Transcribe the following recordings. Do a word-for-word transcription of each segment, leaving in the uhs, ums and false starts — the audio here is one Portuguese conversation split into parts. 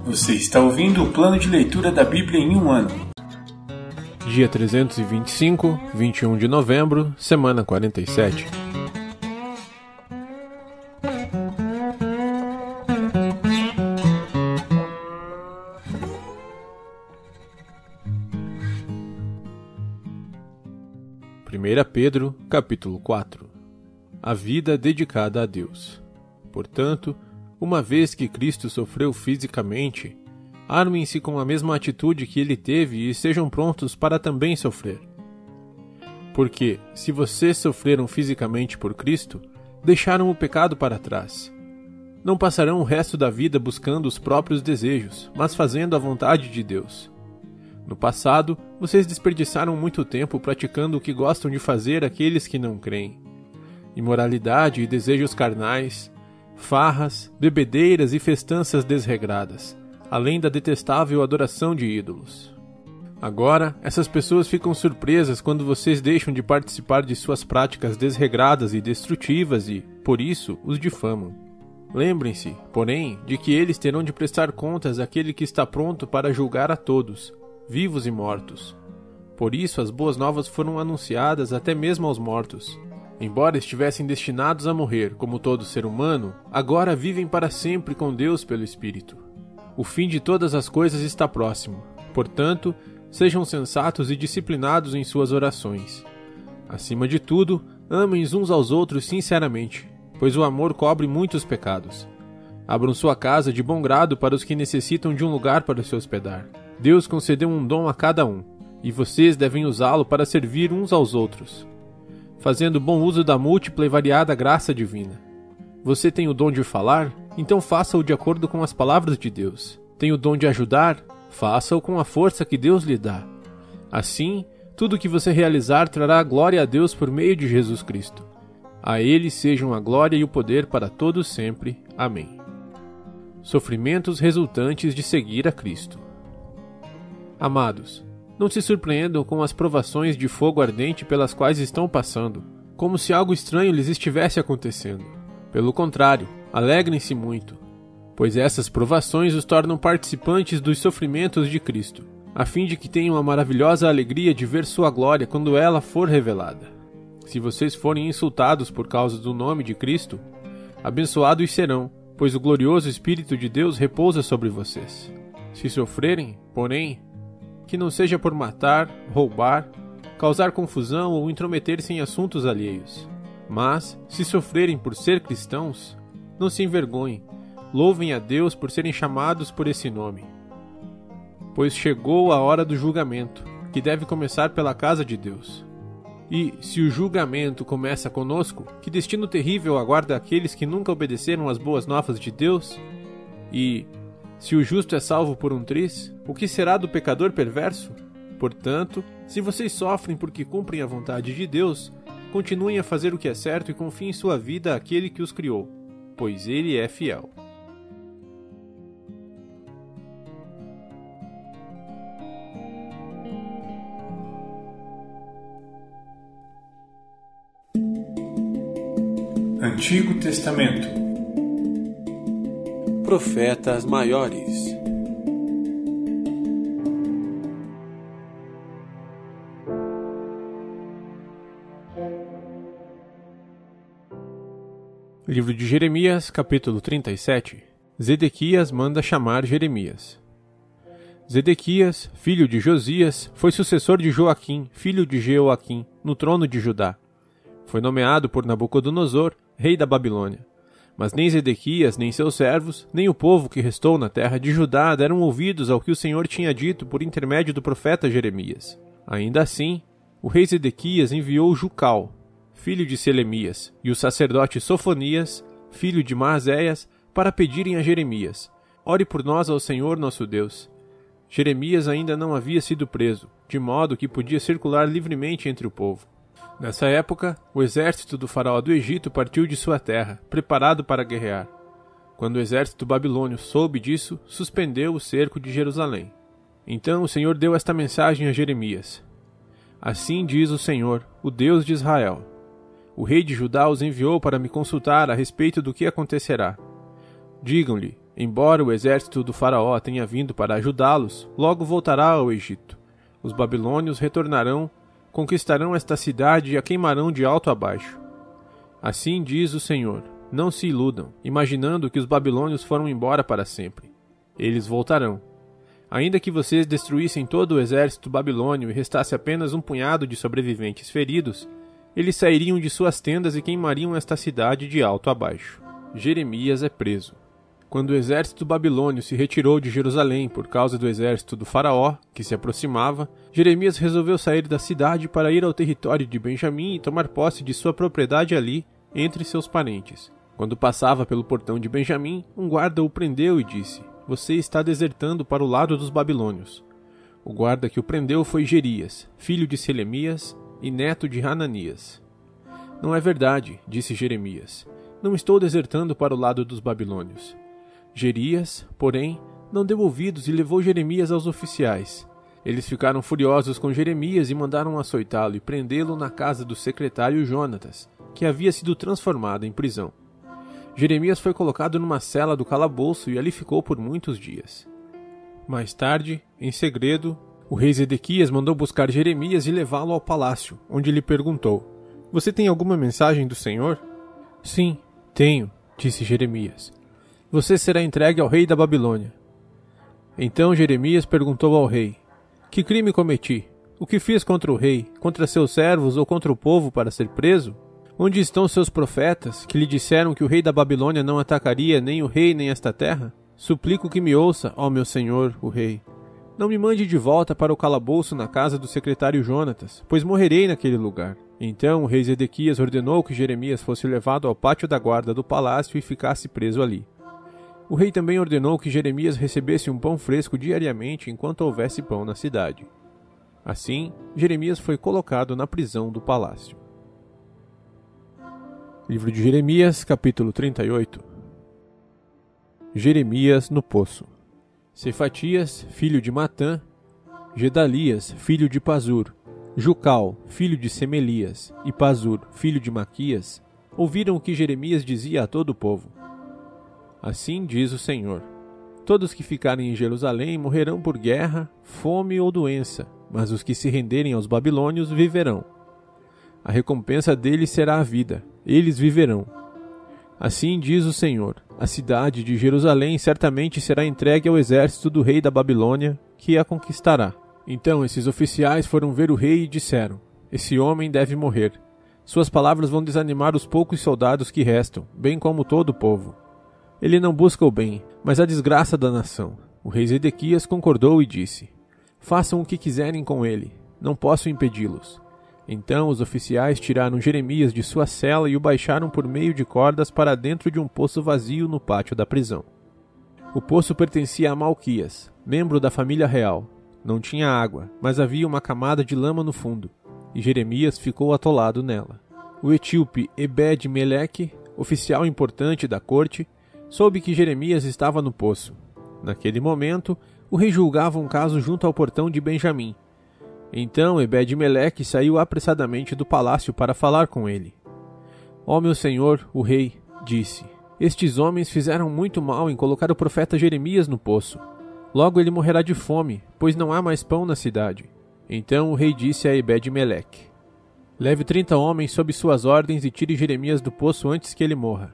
Você está ouvindo o plano de leitura da Bíblia em um ano. Dia trezentos e vinte e cinco, vinte e um de novembro, semana quarenta e sete. primeira Pedro, capítulo quatro. A vida dedicada a Deus. Portanto, uma vez que Cristo sofreu fisicamente, armem-se com a mesma atitude que ele teve e sejam prontos para também sofrer. Porque, se vocês sofreram fisicamente por Cristo, deixaram o pecado para trás. Não passarão o resto da vida buscando os próprios desejos, mas fazendo a vontade de Deus. No passado, vocês desperdiçaram muito tempo praticando o que gostam de fazer aqueles que não creem. Imoralidade e desejos carnais, farras, bebedeiras e festanças desregradas, além da detestável adoração de ídolos. Agora, essas pessoas ficam surpresas quando vocês deixam de participar de suas práticas desregradas e destrutivas e, por isso, os difamam. Lembrem-se, porém, de que eles terão de prestar contas àquele que está pronto para julgar a todos, vivos e mortos. Por isso as boas novas foram anunciadas até mesmo aos mortos. Embora estivessem destinados a morrer como todo ser humano, agora vivem para sempre com Deus pelo Espírito. O fim de todas as coisas está próximo. Portanto, sejam sensatos e disciplinados em suas orações. Acima de tudo, amem uns aos outros sinceramente, pois o amor cobre muitos pecados. Abram sua casa de bom grado para os que necessitam de um lugar para se hospedar. Deus concedeu um dom a cada um, e vocês devem usá-lo para servir uns aos outros, fazendo bom uso da múltipla e variada graça divina. Você tem o dom de falar? Então faça-o de acordo com as palavras de Deus. Tem o dom de ajudar? Faça-o com a força que Deus lhe dá. Assim, tudo o que você realizar trará glória a Deus por meio de Jesus Cristo. A Ele sejam a glória e o poder para todos sempre. Amém. Sofrimentos resultantes de seguir a Cristo. Amados, não se surpreendam com as provações de fogo ardente pelas quais estão passando, como se algo estranho lhes estivesse acontecendo. Pelo contrário, alegrem-se muito, pois essas provações os tornam participantes dos sofrimentos de Cristo, a fim de que tenham a maravilhosa alegria de ver sua glória quando ela for revelada. Se vocês forem insultados por causa do nome de Cristo, abençoados serão, pois o glorioso Espírito de Deus repousa sobre vocês. Se sofrerem, porém, que não seja por matar, roubar, causar confusão ou intrometer-se em assuntos alheios. Mas, se sofrerem por ser cristãos, não se envergonhem, louvem a Deus por serem chamados por esse nome. Pois chegou a hora do julgamento, que deve começar pela casa de Deus. E, se o julgamento começa conosco, que destino terrível aguarda aqueles que nunca obedeceram às boas novas de Deus? E, se o justo é salvo por um triz, o que será do pecador perverso? Portanto, se vocês sofrem porque cumprem a vontade de Deus, continuem a fazer o que é certo e confiem sua vida àquele que os criou, pois Ele é fiel. Antigo Testamento. Profetas maiores. Livro de Jeremias, capítulo trinta e sete. Zedequias manda chamar Jeremias. Zedequias, filho de Josias, foi sucessor de Joaquim, filho de Jeoaquim, no trono de Judá. Foi nomeado por Nabucodonosor, rei da Babilônia. Mas nem Zedequias, nem seus servos, nem o povo que restou na terra de Judá deram ouvidos ao que o Senhor tinha dito por intermédio do profeta Jeremias. Ainda assim, o rei Zedequias enviou Jucal, filho de Selemias, e o sacerdote Sofonias, filho de Maazéias, para pedirem a Jeremias: ore por nós ao Senhor nosso Deus. Jeremias ainda não havia sido preso, de modo que podia circular livremente entre o povo. Nessa época, o exército do faraó do Egito partiu de sua terra, preparado para guerrear. Quando o exército babilônio soube disso, suspendeu o cerco de Jerusalém. Então o Senhor deu esta mensagem a Jeremias: assim diz o Senhor, o Deus de Israel: o rei de Judá os enviou para me consultar a respeito do que acontecerá. Digam-lhe: Embora o exército do faraó tenha vindo para ajudá-los, logo voltará ao Egito. Os babilônios retornarão, conquistarão esta cidade e a queimarão de alto a baixo. Assim diz o Senhor: não se iludam, imaginando que os babilônios foram embora para sempre. Eles voltarão. Ainda que vocês destruíssem todo o exército babilônio e restasse apenas um punhado de sobreviventes feridos, eles sairiam de suas tendas e queimariam esta cidade de alto a baixo. Jeremias é preso. Quando o exército babilônio se retirou de Jerusalém por causa do exército do faraó, que se aproximava, Jeremias resolveu sair da cidade para ir ao território de Benjamim e tomar posse de sua propriedade ali, entre seus parentes. Quando passava pelo portão de Benjamim, um guarda o prendeu e disse: você está desertando para o lado dos babilônios. O guarda que o prendeu foi Jerias, filho de Selemias e neto de Hananias. Não é verdade, disse Jeremias. Não estou desertando para o lado dos babilônios. Jerias, porém, não deu ouvidos e levou Jeremias aos oficiais. Eles ficaram furiosos com Jeremias e mandaram açoitá-lo e prendê-lo na casa do secretário Jonatas, que havia sido transformado em prisão. Jeremias foi colocado numa cela do calabouço e ali ficou por muitos dias. Mais tarde, em segredo, o rei Zedequias mandou buscar Jeremias e levá-lo ao palácio, onde lhe perguntou: você tem alguma mensagem do Senhor? Sim, tenho, disse Jeremias. Você será entregue ao rei da Babilônia. Então Jeremias perguntou ao rei: que crime cometi? O que fiz contra o rei, contra seus servos ou contra o povo para ser preso? Onde estão seus profetas, que lhe disseram que o rei da Babilônia não atacaria nem o rei nem esta terra? Suplico que me ouça, ó meu senhor, o rei. Não me mande de volta para o calabouço na casa do secretário Jonatas, pois morrerei naquele lugar. Então o rei Zedequias ordenou que Jeremias fosse levado ao pátio da guarda do palácio e ficasse preso ali. O rei também ordenou que Jeremias recebesse um pão fresco diariamente enquanto houvesse pão na cidade. Assim, Jeremias foi colocado na prisão do palácio. Livro de Jeremias, capítulo trinta e oito. Jeremias no poço. Cefatias, filho de Matã, Gedalias, filho de Pazur, Jucal, filho de Semelias, e Pazur, filho de Maquias, ouviram o que Jeremias dizia a todo o povo. Assim diz o Senhor: todos que ficarem em Jerusalém morrerão por guerra, fome ou doença, mas os que se renderem aos babilônios viverão. A recompensa deles será a vida, eles viverão. Assim diz o Senhor: a cidade de Jerusalém certamente será entregue ao exército do rei da Babilônia, que a conquistará. Então esses oficiais foram ver o rei e disseram: esse homem deve morrer. Suas palavras vão desanimar os poucos soldados que restam, bem como todo o povo. Ele não busca o bem, mas a desgraça da nação. O rei Zedequias concordou e disse: façam o que quiserem com ele, não posso impedi-los. Então os oficiais tiraram Jeremias de sua cela e o baixaram por meio de cordas para dentro de um poço vazio no pátio da prisão. O poço pertencia a Malquias, membro da família real. Não tinha água, mas havia uma camada de lama no fundo, e Jeremias ficou atolado nela. O etíope Ebed-Meleque, oficial importante da corte, soube que Jeremias estava no poço. Naquele momento, o rei julgava um caso junto ao portão de Benjamim. Então Ebed-Meleque saiu apressadamente do palácio para falar com ele. Ó meu senhor, o rei, disse, estes homens fizeram muito mal em colocar o profeta Jeremias no poço. Logo ele morrerá de fome, pois não há mais pão na cidade. Então o rei disse a Ebed-Meleque: leve trinta homens sob suas ordens e tire Jeremias do poço antes que ele morra.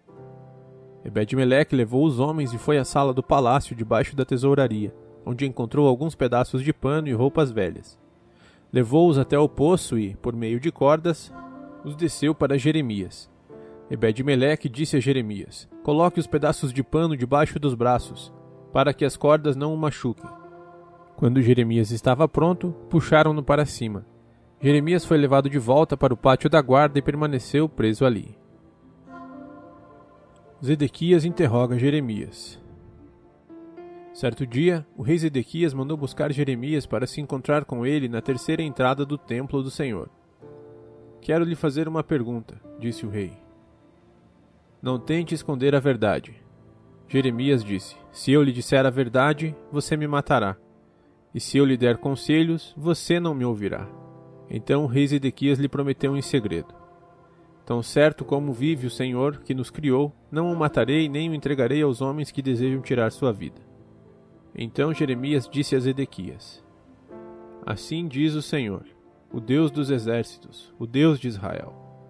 Ebed-Meleque levou os homens e foi à sala do palácio debaixo da tesouraria, onde encontrou alguns pedaços de pano e roupas velhas. Levou-os até o poço e, por meio de cordas, os desceu para Jeremias. Ebed-Meleque disse a Jeremias: coloque os pedaços de pano debaixo dos braços, para que as cordas não o machuquem. Quando Jeremias estava pronto, puxaram-no para cima. Jeremias foi levado de volta para o pátio da guarda e permaneceu preso ali. Zedequias interroga Jeremias. Certo dia, o rei Zedequias mandou buscar Jeremias para se encontrar com ele na terceira entrada do templo do Senhor. Quero lhe fazer uma pergunta, disse o rei. Não tente esconder a verdade. Jeremias disse: se eu lhe disser a verdade, você me matará. E se eu lhe der conselhos, você não me ouvirá. Então o rei Zedequias lhe prometeu em segredo: Tão certo como vive o Senhor que nos criou, não o matarei nem o entregarei aos homens que desejam tirar sua vida. Então Jeremias disse a Zedequias: Assim diz o Senhor, o Deus dos exércitos, o Deus de Israel.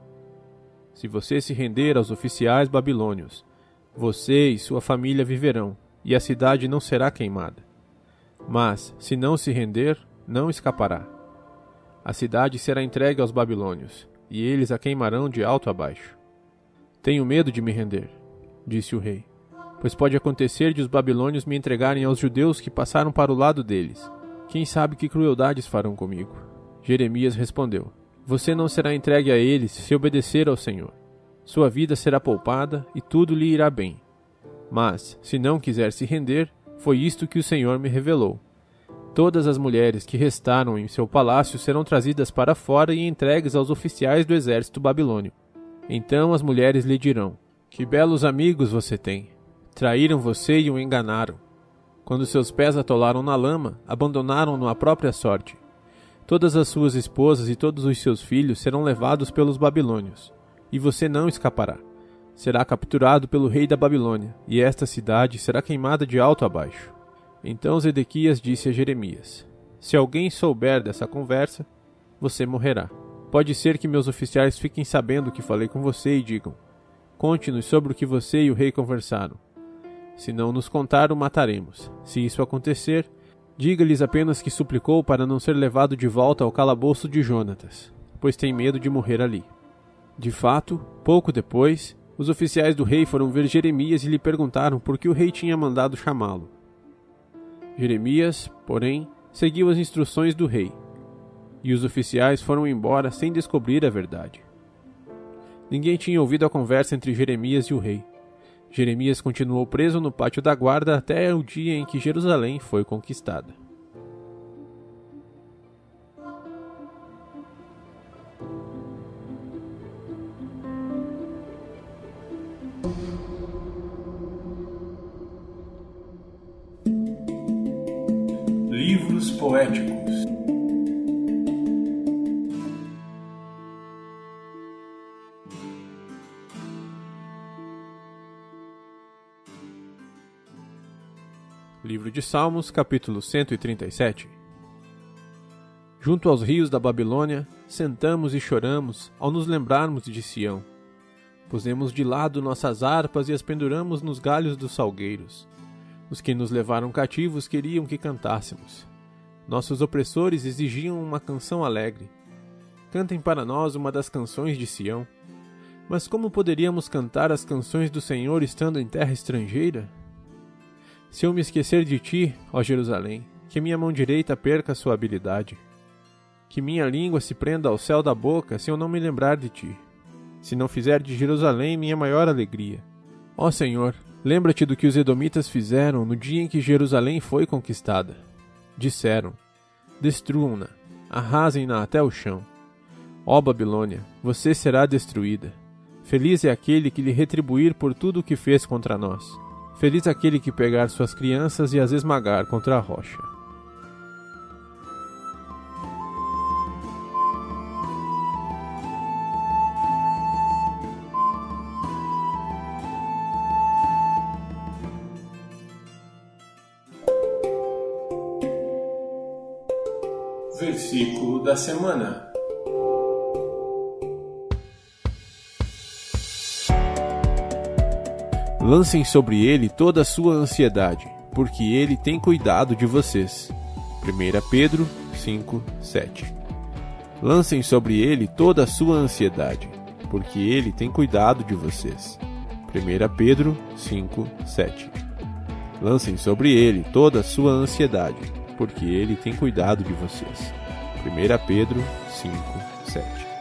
Se você se render aos oficiais babilônios, você e sua família viverão, e a cidade não será queimada. Mas, se não se render, não escapará. A cidade será entregue aos babilônios, e eles a queimarão de alto a baixo. Tenho medo de me render, disse o rei, pois pode acontecer de os babilônios me entregarem aos judeus que passaram para o lado deles. Quem sabe que crueldades farão comigo? Jeremias respondeu: Você não será entregue a eles se obedecer ao Senhor. Sua vida será poupada e tudo lhe irá bem. Mas, se não quiser se render, foi isto que o Senhor me revelou. Todas as mulheres que restaram em seu palácio serão trazidas para fora e entregues aos oficiais do exército babilônio. Então as mulheres lhe dirão: Que belos amigos você tem! Traíram você e o enganaram. Quando seus pés atolaram na lama, abandonaram-no à própria sorte. Todas as suas esposas e todos os seus filhos serão levados pelos babilônios, e você não escapará. Será capturado pelo rei da Babilônia, e esta cidade será queimada de alto a baixo. Então Zedequias disse a Jeremias: Se alguém souber dessa conversa, você morrerá. Pode ser que meus oficiais fiquem sabendo que falei com você e digam: Conte-nos sobre o que você e o rei conversaram. Se não nos contar, o mataremos. Se isso acontecer, diga-lhes apenas que suplicou para não ser levado de volta ao calabouço de Jonatas, pois tem medo de morrer ali. De fato, pouco depois, os oficiais do rei foram ver Jeremias e lhe perguntaram por que o rei tinha mandado chamá-lo. Jeremias, porém, seguiu as instruções do rei, e os oficiais foram embora sem descobrir a verdade. Ninguém tinha ouvido a conversa entre Jeremias e o rei. Jeremias continuou preso no pátio da guarda até o dia em que Jerusalém foi conquistada. Livros poéticos. Livro de Salmos, capítulo cento e trinta e sete. Junto aos rios da Babilônia, sentamos e choramos ao nos lembrarmos de Sião. Pusemos de lado nossas harpas e as penduramos nos galhos dos salgueiros. Os que nos levaram cativos queriam que cantássemos. Nossos opressores exigiam uma canção alegre. Cantem para nós uma das canções de Sião. Mas como poderíamos cantar as canções do Senhor estando em terra estrangeira? Se eu me esquecer de ti, ó Jerusalém, que minha mão direita perca sua habilidade. Que minha língua se prenda ao céu da boca se eu não me lembrar de ti. Se não fizer de Jerusalém minha maior alegria. Ó Senhor, lembra-te do que os edomitas fizeram no dia em que Jerusalém foi conquistada. Disseram: Destruam-na, arrasem-na até o chão. Ó Babilônia, você será destruída. Feliz é aquele que lhe retribuir por tudo o que fez contra nós. Feliz aquele que pegar suas crianças e as esmagar contra a rocha. Versículo da semana. Lancem sobre ele toda a sua ansiedade, porque ele tem cuidado de vocês. primeira Pedro cinco, sete. Lancem sobre ele toda a sua ansiedade, porque ele tem cuidado de vocês. primeira Pedro cinco, sete. Lancem sobre ele toda a sua ansiedade, porque ele tem cuidado de vocês. primeira Pedro cinco, sete.